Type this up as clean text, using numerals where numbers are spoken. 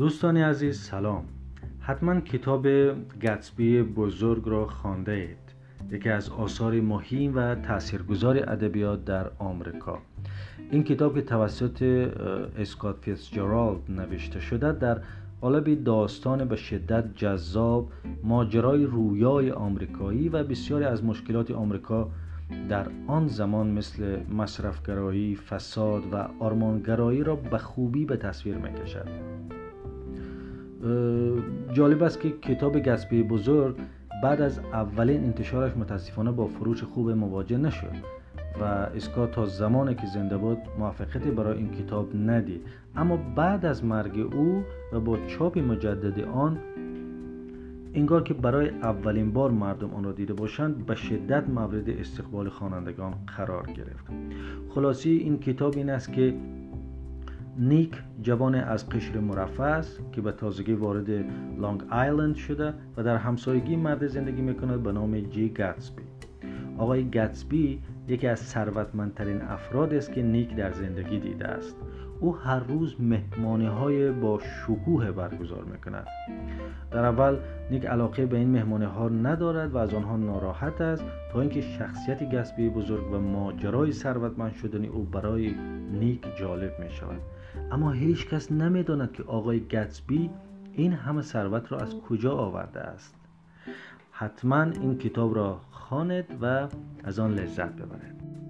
دوستان عزیز سلام. حتما کتاب گتسبی بزرگ را خوانده اید. یکی از آثار مهم و تاثیرگذار ادبیات در آمریکا. این کتاب که توسط اسکات فیتزجرالد نوشته شده در قالب داستان به شدت جذاب ماجرای رویای آمریکایی و بسیاری از مشکلات آمریکا در آن زمان مثل مصرفگرایی، فساد و آرمانگرایی را به خوبی به تصویر می‌کشد. جالب است که کتاب گتسبی بزرگ بعد از اولین انتشارش متاسفانه با فروش خوب مواجه نشد و اسکات تا زمانی که زنده بود موفقیتی برای این کتاب ندید، اما بعد از مرگ او و با چاپ مجدد آن انگار که برای اولین بار مردم آن را دیده باشند به شدت مورد استقبال خوانندگان قرار گرفت. خلاصه این کتاب این است که نیک جوان از قشر مرفه است که به تازگی وارد لانگ آیلند شده و در همسایگی مرد زندگی میکند به نام جی گتسبی. آقای گتسبی یکی از ثروتمندترین افراد است که نیک در زندگی دیده است. او هر روز مهمانی‌های با شکوه برگزار میکند. در اول نیک علاقه به این مهمانی‌ها ندارد و از آنها ناراحت است تا اینکه شخصیت گتسبی بزرگ و ماجرای ثروتمند شدن او برای نیک جالب میشود. اما هیچ کس نمیداند که آقای گتسبی این همه ثروت را از کجا آورده است. حتما این کتاب را خوانید و از آن لذت ببرید.